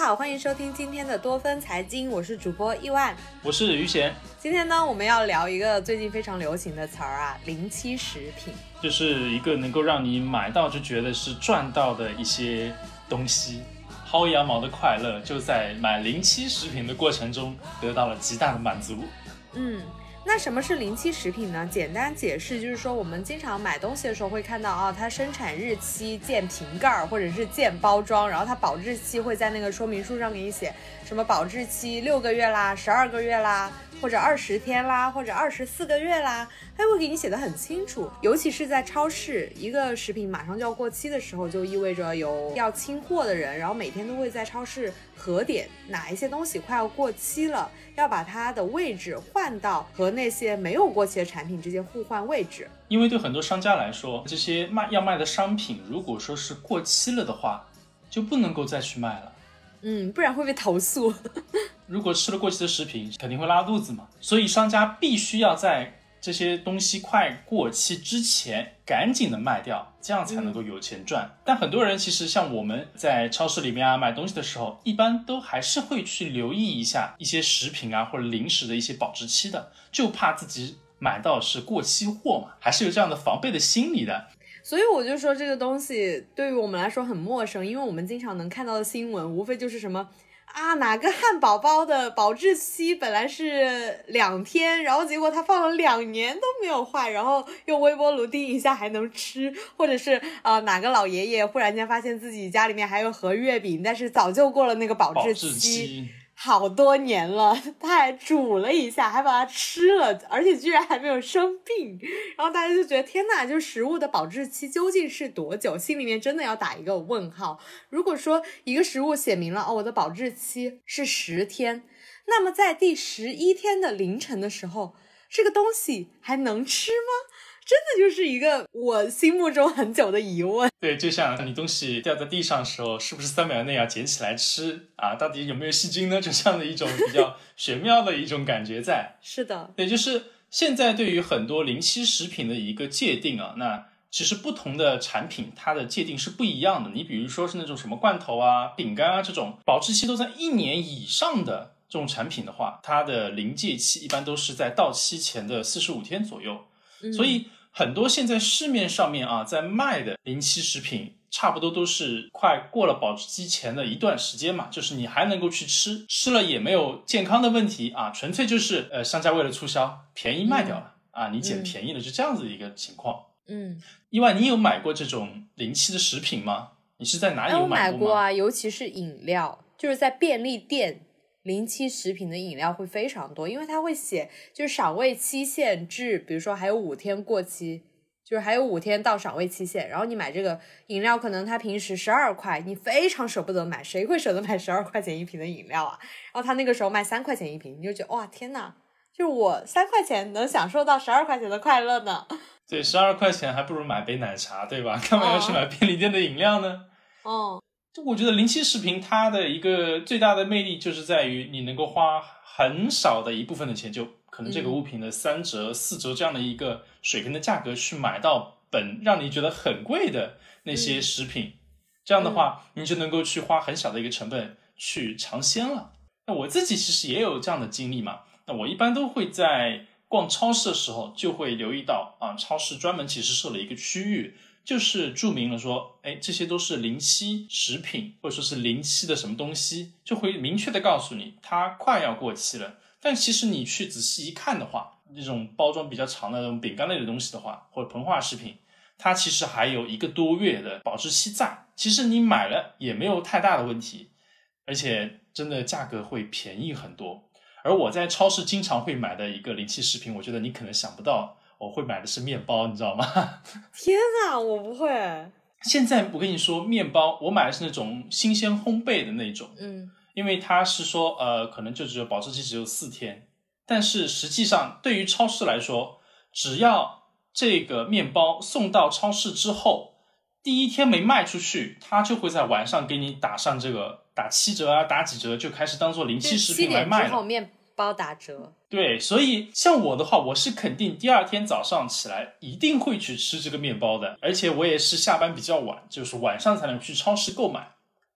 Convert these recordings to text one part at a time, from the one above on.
好，欢迎收听今天的多分财经，我是主播亿万， 我是于贤。 今天呢，我们要聊一个最近非常流行的词儿啊，临期食品， 就是一个能够让你买到就觉得是赚到的一些东西。薅羊毛的快乐就在买临期食品的过程中得到了极大的满足。 那什么是临期食品呢？简单解释就是说，我们经常买东西的时候会看到啊，它生产日期见瓶盖或者是见包装，然后它保质期会在那个说明书上给你写什么保质期6个月啦、12个月啦，或者20天啦，或者24个月啦，它会给你写得很清楚。尤其是在超市，一个食品马上就要过期的时候，就意味着有要清货的人，然后每天都会在超市核点哪一些东西快要过期了，要把它的位置换到和那些没有过期的产品之间互换位置。 因为对很多商家来说，这些要卖的商品如果说是过期了的话，就不能够再去卖了。 不然会被投诉。 如果吃了过期的食品肯定会拉肚子嘛，所以商家必须要在这些东西快过期之前赶紧的卖掉，这样才能够有钱赚。但很多人其实像我们在超市里面买东西的时候，一般都还是会去留意一下一些食品或者零食的一些保质期的，就怕自己买到是过期货嘛，还是有这样的防备的心理的。 所以我就说这个东西对于我们来说很陌生，因为我们经常能看到的新闻无非就是什么哪个汉堡包的保质期本来是2天，然后结果它放了2年都没有坏，然后用微波炉叮一下还能吃，或者是哪个老爷爷忽然间发现自己家里面还有盒月饼，但是早就过了那个保质期好多年了，他还煮了一下，还把它吃了，而且居然还没有生病，然后大家就觉得天哪，就是食物的保质期究竟是多久，心里面真的要打一个问号。如果说一个食物写明了我的保质期是10天，那么在第11天的凌晨的时候，这个东西还能吃吗？真的就是一个我心目中很久的疑问。 对，就像你东西掉在地上的时候，是不是3秒内要捡起来吃到底有没有细菌呢？就这样的一种比较玄妙的一种感觉在。 是的， 对，就是现在对于很多临期食品的一个界定那其实不同的产品它的界定是不一样的。你比如说是那种什么罐头饼干这种保质期都在1年以上的这种产品的话，它的临界期一般都是在到期前的45天左右。所以很多现在市面上面在卖的临期食品差不多都是快过了保质期前的一段时间嘛，就是你还能够去吃，吃了也没有健康的问题纯粹就是商家为了促销便宜卖掉了你捡便宜了，就这样子一个情况。意外你有买过这种临期的食品吗？你是在哪里有买过吗？ 我买过尤其是饮料，就是在便利店临期食品的饮料会非常多，因为它会写就是赏味期限至比如说还有5天过期，就是还有5天到赏味期限，然后你买这个饮料可能它平时12块，你非常舍不得买，谁会舍得买12块钱一瓶的饮料啊？然后它那个时候卖3块钱一瓶，你就觉得哇天哪，就是我3块钱能享受到12块钱的快乐呢。 对，12块钱还不如买杯奶茶，对吧？干嘛要去买便利店的饮料呢？我觉得临期食品它的一个最大的魅力就是在于你能够花很少的一部分的钱，就可能这个物品的3折、4折这样的一个水平的价格去买到让你觉得很贵的那些食品，这样的话你就能够去花很小的一个成本去尝鲜了。那我自己其实也有这样的经历嘛，那我一般都会在逛超市的时候就会留意到超市专门其实设了一个区域，就是注明了说这些都是临期食品，或者说是临期的什么东西，就会明确的告诉你它快要过期了。但其实你去仔细一看的话，这种包装比较长的那种饼干类的东西的话，或者膨化食品，它其实还有1个多月的保质期在，其实你买了也没有太大的问题，而且真的价格会便宜很多。而我在超市经常会买的一个临期食品，我觉得你可能想不到，我会买的是面包，你知道吗？ 天哪，我不会。 现在我跟你说，面包我买的是那种新鲜烘焙的那种，因为它是说可能就只有保质期只有4天，但是实际上对于超市来说，只要这个面包送到超市之后，第1天没卖出去，它就会在晚上给你打上这个打7折打几折，就开始当做临期食品来卖了。7点之后面包打折。 对，所以像我的话，我是肯定第2天早上起来一定会去吃这个面包的，而且我也是下班比较晚，就是晚上才能去超市购买。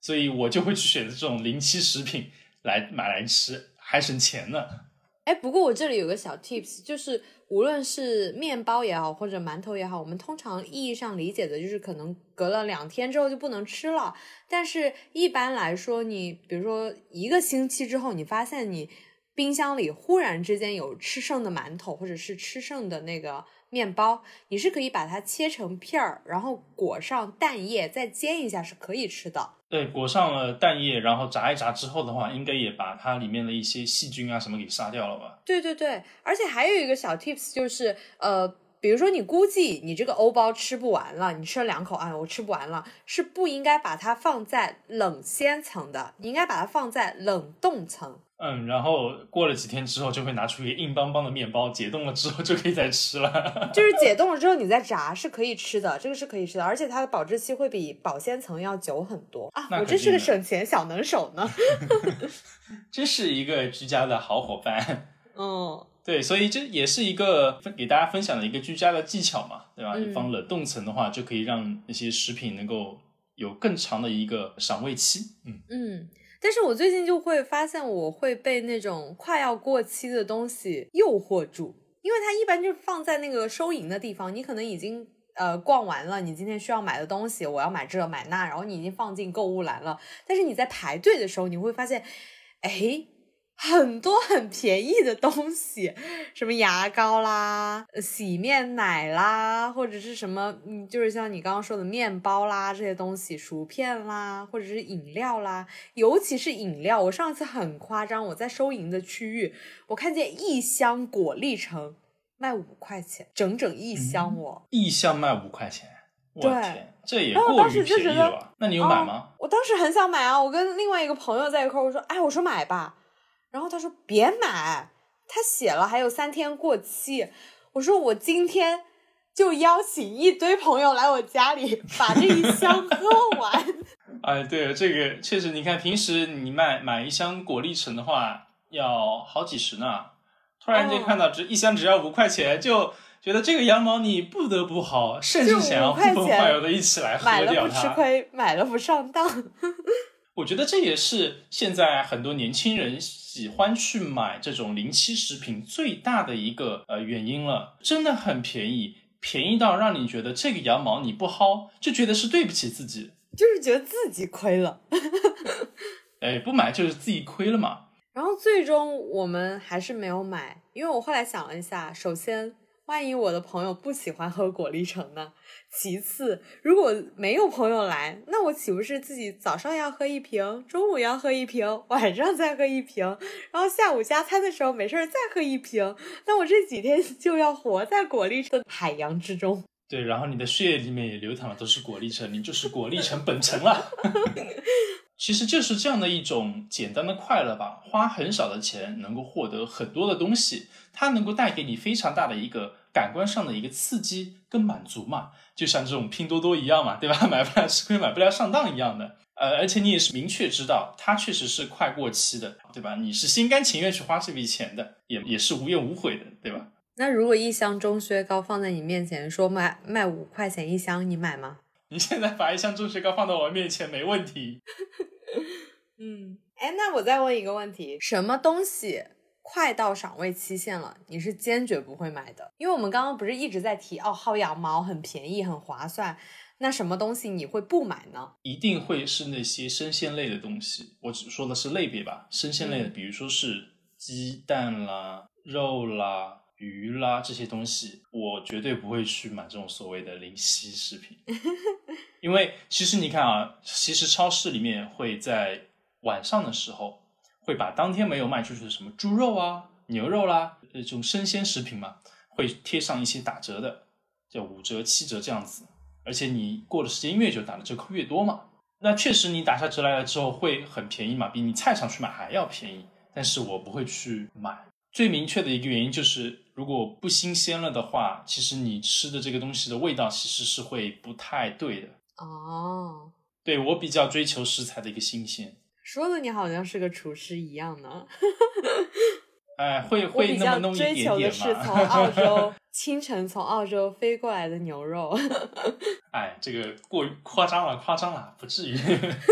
所以我就会去选择这种临期食品来买来吃，还省钱呢。 不过我这里有个小 tips， 就是无论是面包也好或者馒头也好，我们通常意义上理解的就是可能隔了2天之后就不能吃了，但是一般来说你比如说1个星期之后，你发现你冰箱里忽然之间有吃剩的馒头或者是吃剩的那个面包，你是可以把它切成片儿，然后裹上蛋液再煎一下是可以吃的。 对，裹上了蛋液，然后炸一炸之后的话，应该也把它里面的一些细菌啊什么给杀掉了吧？ 对对对，而且还有一个小 tips 就是比如说你估计你这个欧包吃不完了，你吃了2口啊，我吃不完了，是不应该把它放在冷鲜层的，你应该把它放在冷冻层。 然后过了几天之后就会拿出一个硬邦邦的面包，解冻了之后就可以再吃了。 就是解冻了之后你再炸是可以吃的，这个是可以吃的，而且它的保质期会比保鲜层要久很多啊！我真是个省钱小能手呢。 真是一个居家的好伙伴。对，所以这也是一个给大家分享的一个居家的技巧嘛，对吧？你放冷冻层的话，就可以让那些食品能够有更长的一个赏味期。 但是我最近就会发现我会被那种快要过期的东西诱惑住，因为它一般就是放在那个收银的地方，你可能已经逛完了你今天需要买的东西，我要买这买那，然后你已经放进购物篮了，但是你在排队的时候你会发现很多很便宜的东西，什么牙膏啦、洗面奶啦，或者是什么就是像你刚刚说的面包啦这些东西，薯片啦，或者是饮料啦，尤其是饮料。我上次很夸张，我在收银的区域，我看见1箱果粒橙卖5块钱，整整1箱 1箱卖5块钱，我天，这也过于便宜了吧？那你有买吗？ 我当时很想买啊，我跟另外一个朋友在一块，我说买吧。然后他说别买，他写了还有3天过期。我说我今天就邀请一堆朋友来我家里把这1箱喝完。 对，这个确实，你看平时你买1箱果粒橙的话要好几十呢，突然间看到1箱只要5块钱，就觉得这个羊毛你不得不好，甚至想要呼朋唤友的一起来喝掉它。 买了不吃亏，买了不上当。 我觉得这也是现在很多年轻人喜欢去买这种临期食品最大的一个原因了，真的很便宜，便宜到让你觉得这个羊毛你不薅就觉得是对不起自己， 就是觉得自己亏了。 不买就是自己亏了嘛。 然后最终我们还是没有买，因为我后来想了一下，首先万一我的朋友不喜欢喝果粒橙呢？其次，如果没有朋友来，那我岂不是自己早上要喝1瓶，中午要喝1瓶，晚上再喝1瓶，然后下午加餐的时候没事再喝1瓶，那我这几天就要活在果粒橙的海洋之中。 对，然后你的血液里面也流淌的都是果粒橙，你就是果粒橙本橙了。其实就是这样的一种简单的快乐吧，花很少的钱能够获得很多的东西，它能够带给你非常大的一个感官上的一个刺激跟满足嘛，就像这种拼多多一样嘛，对吧？买不了吃亏，买不了上当一样的。而且你也是明确知道它确实是快过期的，对吧？你是心甘情愿去花这笔钱的，也是无怨无悔的，对吧？ 那如果1箱中薛高放在你面前说卖5块钱1箱，你买吗？ 你现在把1箱中薛高放到我面前没问题。 那我再问一个问题，什么东西快到赏味期限了你是坚决不会买的？因为我们刚刚不是一直在提薅羊毛很便宜很划算，那什么东西你会不买呢？ 一定会是那些生鲜类的东西，我只说的是类别吧，生鲜类的，比如说是鸡蛋啦、肉啦、鱼啦这些东西，我绝对不会去买这种所谓的临期食品。因为其实你看啊，其实超市里面会在晚上的时候会把当天没有卖出去的什么猪肉啊、牛肉啦这种生鲜食品嘛，会贴上一些打折的，叫5折、7折这样子，而且你过的时间越久打的折扣越多嘛。那确实你打下折来了之后会很便宜嘛，比你菜场去买还要便宜，但是我不会去买。最明确的一个原因就是如果不新鲜了的话，其实你吃的这个东西的味道其实是会不太对的。对，我比较追求食材的一个新鲜。 说的你好像是个厨师一样呢。 会那么弄一点点嘛。 我比较追求的是从澳洲清晨从澳洲飞过来的牛肉。 哎，这个过于夸张了，不至于。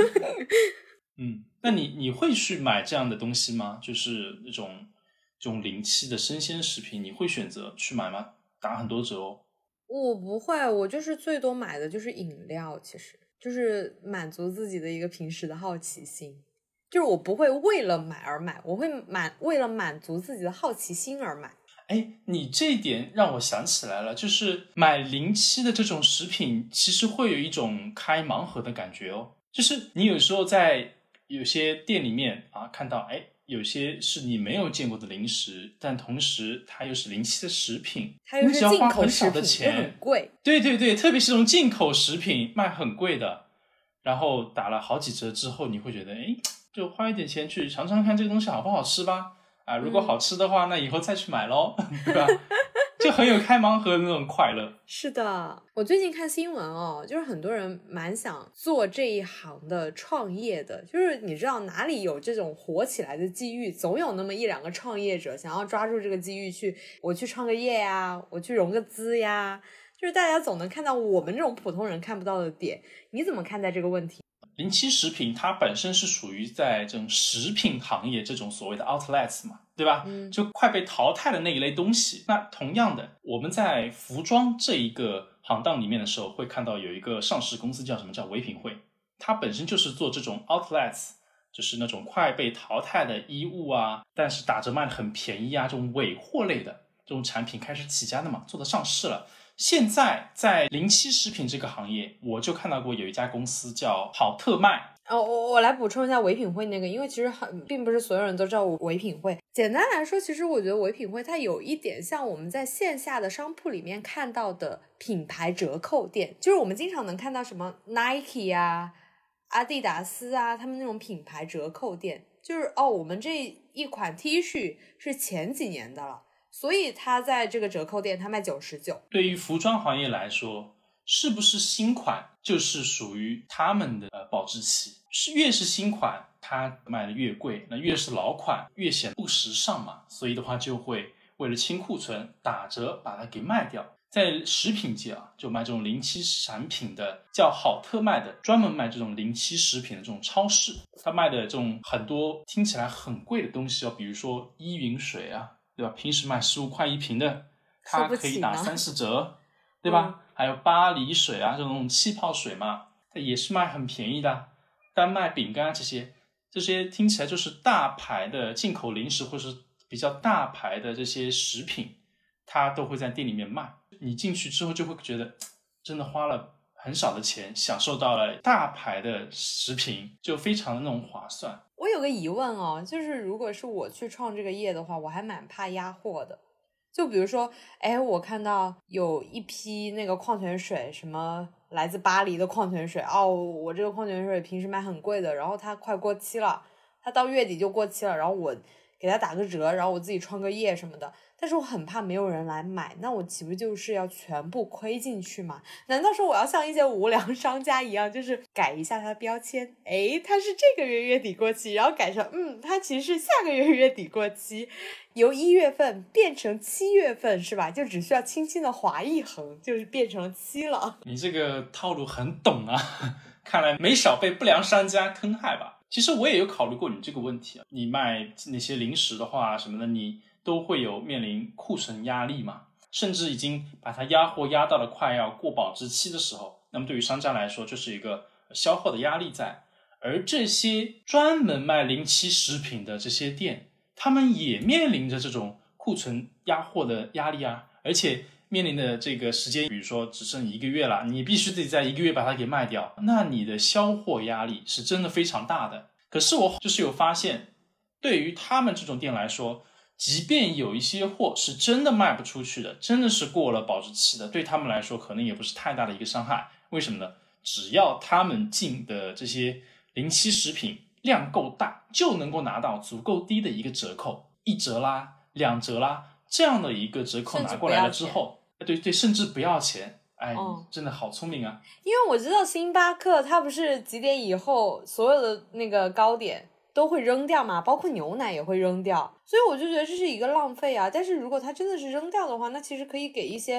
那你会去买这样的东西吗？就是这种临期的生鲜食品，你会选择去买吗？打很多折哦。 我不会，我就是最多买的就是饮料，其实就是满足自己的一个平时的好奇心。就是我不会为了买而买，我会为了满足自己的好奇心而买。 哎，你这一点让我想起来了，就是买临期的这种食品，其实会有一种开盲盒的感觉哦。就是你有时候在有些店里面啊，看到有些是你没有见过的零食，但同时它又是临期的食品， 它又是进口食品， 又很贵。 对对对，特别是这种进口食品卖很贵的，然后打了好几折之后，你会觉得就花一点钱去尝尝看这个东西好不好吃吧。啊，如果好吃的话，那以后再去买咯，对吧？就很有开盲盒的那种快乐。 是的，我最近看新闻哦，就是很多人蛮想做这一行的创业的，就是你知道哪里有这种火起来的机遇，总有那么一两个创业者想要抓住这个机遇我去创个业呀，我去融个资呀，就是大家总能看到我们这种普通人看不到的点。你怎么看待这个问题？ 临期食品它本身是属于在这种食品行业这种所谓的 outlets 嘛，对吧？就快被淘汰的那一类东西。那同样的，我们在服装这一个行当里面的时候，会看到有一个上市公司叫什么？叫唯品会。它本身就是做这种 outlets， 就是那种快被淘汰的衣物啊，但是打折卖的很便宜啊，这种尾货类的这种产品开始起家的嘛，做的上市了。现在在临期食品这个行业，我就看到过有一家公司叫好特卖。 我来补充一下唯品会那个，因为其实并不是所有人都知道唯品会。简单来说，其实我觉得唯品会它有一点像我们在线下的商铺里面看到的品牌折扣店，就是我们经常能看到什么 Nike 啊、阿迪达斯啊，他们那种品牌折扣店，就是我们这一款 T 恤是前几年的了，所以它在这个折扣店它卖99。 对于服装行业来说，是不是新款就是属于他们的保质期？越是新款它卖的越贵，那越是老款越显不时尚嘛，所以的话就会为了清库存打折把它给卖掉。在食品界啊，就卖这种临期产品的叫好特卖的，专门卖这种临期食品的这种超市，它卖的这种很多听起来很贵的东西比如说依云水啊，对吧？平时卖15块一瓶的，它可以打30折，对吧？还有巴黎水啊，这种气泡水嘛，它也是卖很便宜的。丹麦饼干啊，这些听起来就是大牌的进口零食或是比较大牌的这些食品，它都会在店里面卖。你进去之后就会觉得真的花了很少的钱，享受到了大牌的食品，就非常的那种划算。 我有个疑问就是如果是我去创这个业的话，我还蛮怕压货的。就比如说我看到有一批那个矿泉水，什么来自巴黎的矿泉水我这个矿泉水平时卖很贵的，然后它快过期了，它到月底就过期了，然后我给它打个折，然后我自己创个业什么的，但是我很怕没有人来买，那我岂不就是要全部亏进去吗？难道说我要像一些无良商家一样，就是改一下它的标签，它是这个月月底过期，然后改成它其实是下个月月底过期，由1月份变成7月份是吧？就只需要轻轻的划一横，就是变成7了。 你这个套路很懂啊，看来没少被不良商家坑害吧。其实我也有考虑过你这个问题啊，你卖那些零食的话什么的，你都会有面临库存压力嘛，甚至已经把它压货压到了快要过保质期的时候，那么对于商家来说就是一个消耗的压力在。而这些专门卖临期食品的这些店，他们也面临着这种库存压货的压力啊，而且面临的这个时间，比如说只剩1个月了，你必须得在1个月把它给卖掉，那你的销货压力是真的非常大的。可是我就是有发现，对于他们这种店来说，即便有一些货是真的卖不出去的，真的是过了保质期的，对他们来说可能也不是太大的一个伤害。为什么呢？只要他们进的这些临期食品量够大，就能够拿到足够低的一个折扣，1折啦、2折啦，这样的一个折扣拿过来了之后，对，甚至不要钱。真的好聪明啊！ 因为我知道星巴克它不是几点以后所有的那个糕点都会扔掉嘛，包括牛奶也会扔掉，所以我就觉得这是一个浪费啊。但是如果它真的是扔掉的话，那其实可以给一些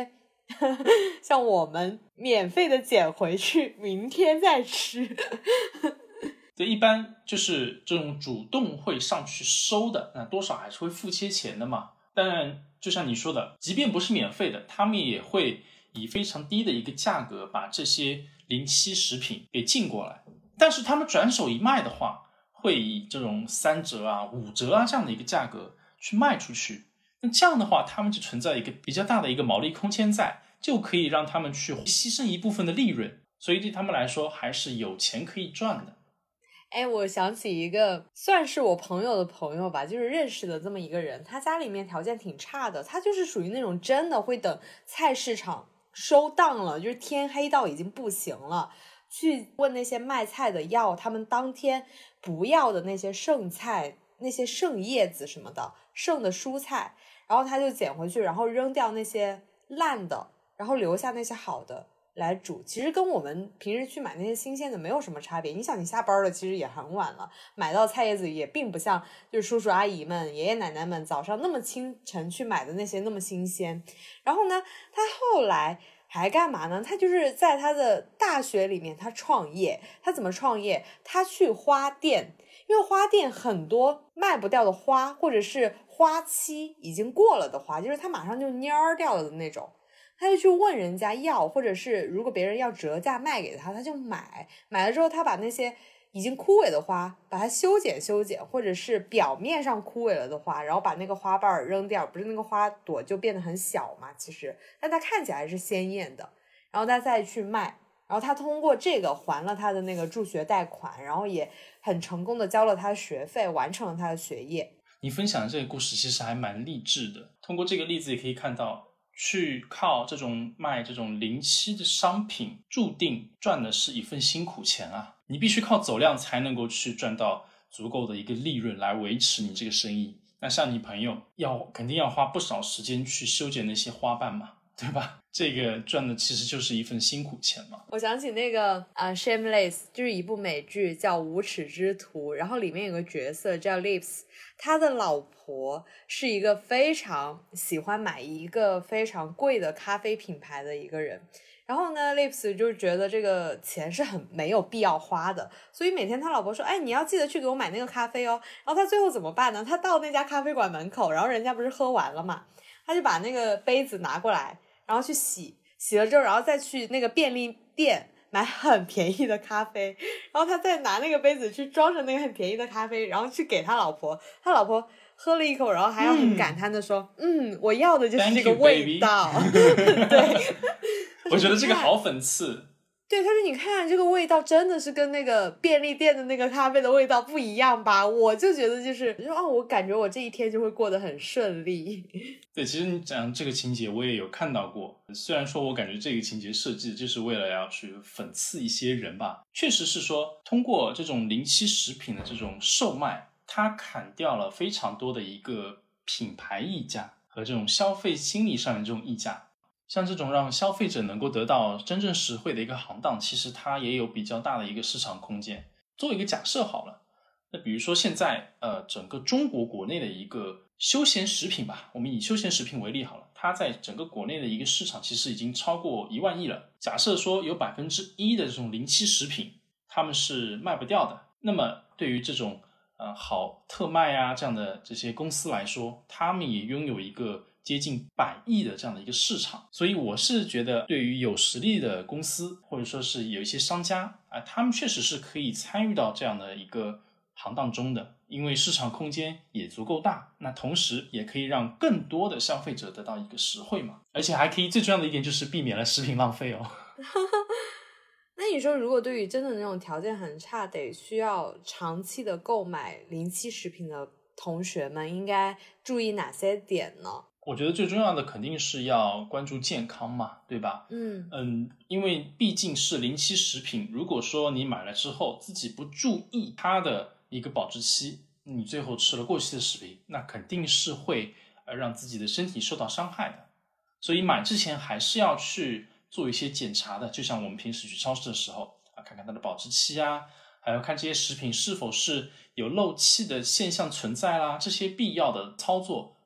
像我们免费的捡回去，明天再吃。 对，一般就是这种主动会上去收的，那多少还是会付些钱的嘛。当然就像你说的，即便不是免费的，他们也会以非常低的一个价格把这些临期食品给进过来，但是他们转手一卖的话，会以这种3折啊、5折啊这样的一个价格去卖出去。那这样的话，他们就存在一个比较大的一个毛利空间在，就可以让他们去牺牲一部分的利润，所以对他们来说还是有钱可以赚的。 我想起一个算是我朋友的朋友吧，就是认识的这么一个人，他家里面条件挺差的，他就是属于那种真的会等菜市场收档了，就是天黑到已经不行了，去问那些卖菜的要他们当天不要的那些剩菜，那些剩叶子什么的，剩的蔬菜，然后他就捡回去，然后扔掉那些烂的，然后留下那些好的来煮。其实跟我们平时去买那些新鲜的没有什么差别。你想，你下班了其实也很晚了，买到菜叶子也并不像就是叔叔阿姨们爷爷奶奶们早上那么清晨去买的那些那么新鲜。然后呢，他后来还干嘛呢？他就是在他的大学里面他创业。他怎么创业？他去花店，因为花店很多卖不掉的花，或者是花期已经过了的花，就是它马上就蔫掉了的那种，他就去问人家要，或者是如果别人要折价卖给他，他就买了之后，他把那些已经枯萎的花把它修剪，或者是表面上枯萎了的花，然后把那个花瓣扔掉，不是那个花朵就变得很小嘛，其实但它看起来是鲜艳的，然后他再去卖，然后他通过这个还了他的那个助学贷款，然后也很成功的交了他的学费，完成了他的学业。 你分享的这个故事其实还蛮励志的，通过这个例子也可以看到，去靠这种卖这种临期的商品，注定赚的是一份辛苦钱啊！你必须靠走量才能够去赚到足够的一个利润来维持你这个生意。那像你朋友肯定要花不少时间去修剪那些花瓣嘛，对吧？这个赚的其实就是一份辛苦钱嘛。 我想起那个Shameless， 就是一部美剧叫《无耻之徒》，然后里面有个角色叫 Lips， 他的老婆是一个非常喜欢买一个非常贵的咖啡品牌的一个人。然后呢 Lips 就觉得这个钱是很没有必要花的，所以每天他老婆说，你要记得去给我买那个咖啡哦。然后他最后怎么办呢？他到那家咖啡馆门口，然后人家不是喝完了嘛，他就把那个杯子拿过来，然后去洗了之后，然后再去那个便利店买很便宜的咖啡，然后他再拿那个杯子去装着那个很便宜的咖啡，然后去给他老婆，他老婆喝了一口，然后还要很感叹的说我要的就是这个味道。对， 我觉得这个好讽刺。 对，他说你看这个味道真的是跟那个便利店的那个咖啡的味道不一样吧，我就觉得就是我感觉我这一天就会过得很顺利。 对，其实你讲这个情节我也有看到过，虽然说我感觉这个情节设计就是为了要去讽刺一些人吧，确实是说通过这种临期食品的这种售卖，它砍掉了非常多的一个品牌溢价和这种消费心理上的这种溢价。像这种让消费者能够得到真正实惠的一个行当，其实它也有比较大的一个市场空间。做一个假设好了，那比如说现在整个中国国内的一个休闲食品吧，我们以休闲食品为例好了，它在整个国内的一个市场其实已经超过1万亿了。假设说有 1% 的这种临期食品他们是卖不掉的，那么对于这种好特卖啊这样的这些公司来说，他们也拥有一个接近100亿的这样的一个市场。所以我是觉得对于有实力的公司或者说是有一些商家他们确实是可以参与到这样的一个行当中的，因为市场空间也足够大，那同时也可以让更多的消费者得到一个实惠嘛，而且还可以最重要的一点就是避免了食品浪费哦。 那你说如果对于真的那种条件很差得需要长期的购买临期食品的同学们应该注意哪些点呢？ 我觉得最重要的肯定是要关注健康嘛，对吧？因为毕竟是临期食品，如果说你买了之后自己不注意它的一个保质期，你最后吃了过期的食品，那肯定是会让自己的身体受到伤害的。所以买之前还是要去做一些检查的，就像我们平时去超市的时候看看它的保质期啊，还要看这些食品是否是有漏气的现象存在啦，这些必要的操作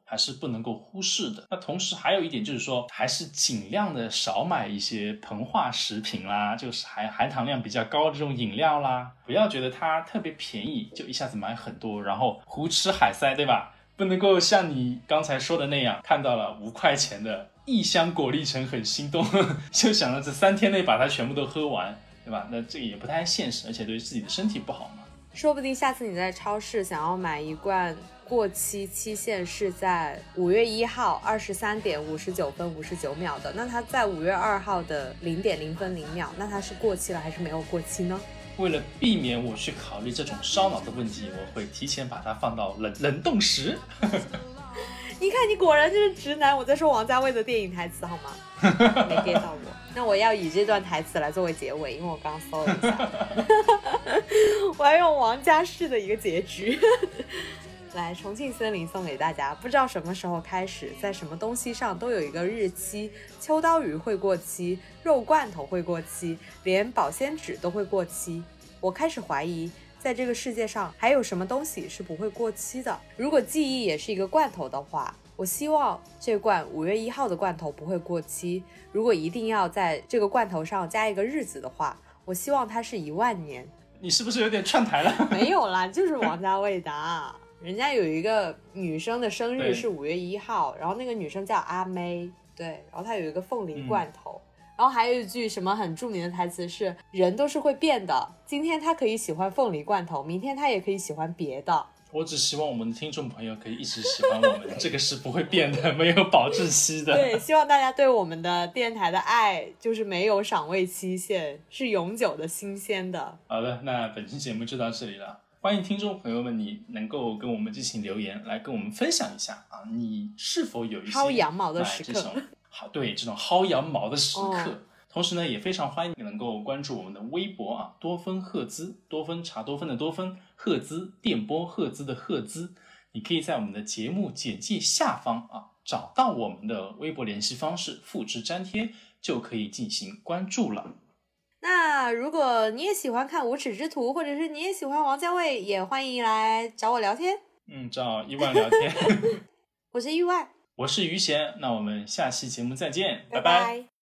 还是不能够忽视的。那同时还有一点就是说，还是尽量的少买一些膨化食品啦，就是含糖量比较高的这种饮料啦，不要觉得它特别便宜就一下子买很多，然后胡吃海塞，对吧？不能够像你刚才说的那样，看到了5块钱的1箱果粒橙很心动，就想着这3天内把它全部都喝完，对吧？那这个也不太现实，而且对自己的身体不好嘛。 说不定下次你在超市想要买一罐过期期限是在5月1号23点59分59秒的，那它在5月2号的0点0分0秒，那它是过期了还是没有过期呢？ 为了避免我去考虑这种烧脑的问题，我会提前把它放到冷冻室。 你看，你果然就是直男。我在说王家卫的电影台词好吗？没 get 到我。那我要以这段台词来作为结尾，因为我刚搜了一下，我要用王家式的一个结局。来，重庆森林送给大家。不知道什么时候开始，在什么东西上都有一个日期，秋刀鱼会过期，肉罐头会过期，连保鲜纸都会过期。我开始怀疑，在这个世界上还有什么东西是不会过期的。如果记忆也是一个罐头的话，我希望这罐5月1号的罐头不会过期。如果一定要在这个罐头上加一个日子的话，我希望它是10000年。 你是不是有点串台了？ 没有啦，就是王家卫的。人家有一个女生的生日是5月1号，然后那个女生叫阿妹，对，然后她有一个凤梨罐头，然后还有一句什么很著名的台词是，人都是会变的，今天她可以喜欢凤梨罐头，明天她也可以喜欢别的。 我只希望我们的听众朋友可以一直喜欢我们，这个是不会变的，没有保质期的。 对，希望大家对我们的电台的爱就是没有赏味期限，是永久的新鲜的。 好的，那本期节目就到这里了。欢迎听众朋友们，你能够跟我们进行留言，来跟我们分享一下啊，你是否有一些薅羊毛的时刻？ 对，这种薅羊毛的时刻。同时呢，也非常欢迎你能够关注我们的微博啊，多芬赫兹，多芬茶多芬的多芬，赫兹电波赫兹的赫兹。你可以在我们的节目简介下方啊找到我们的微博联系方式，复制粘贴就可以进行关注了。 那如果你也喜欢看无耻之徒，或者是你也喜欢王家卫，也欢迎来找我聊天。 找1万聊天。 我是意外， 我是于贤，那我们下期节目再见， 拜拜。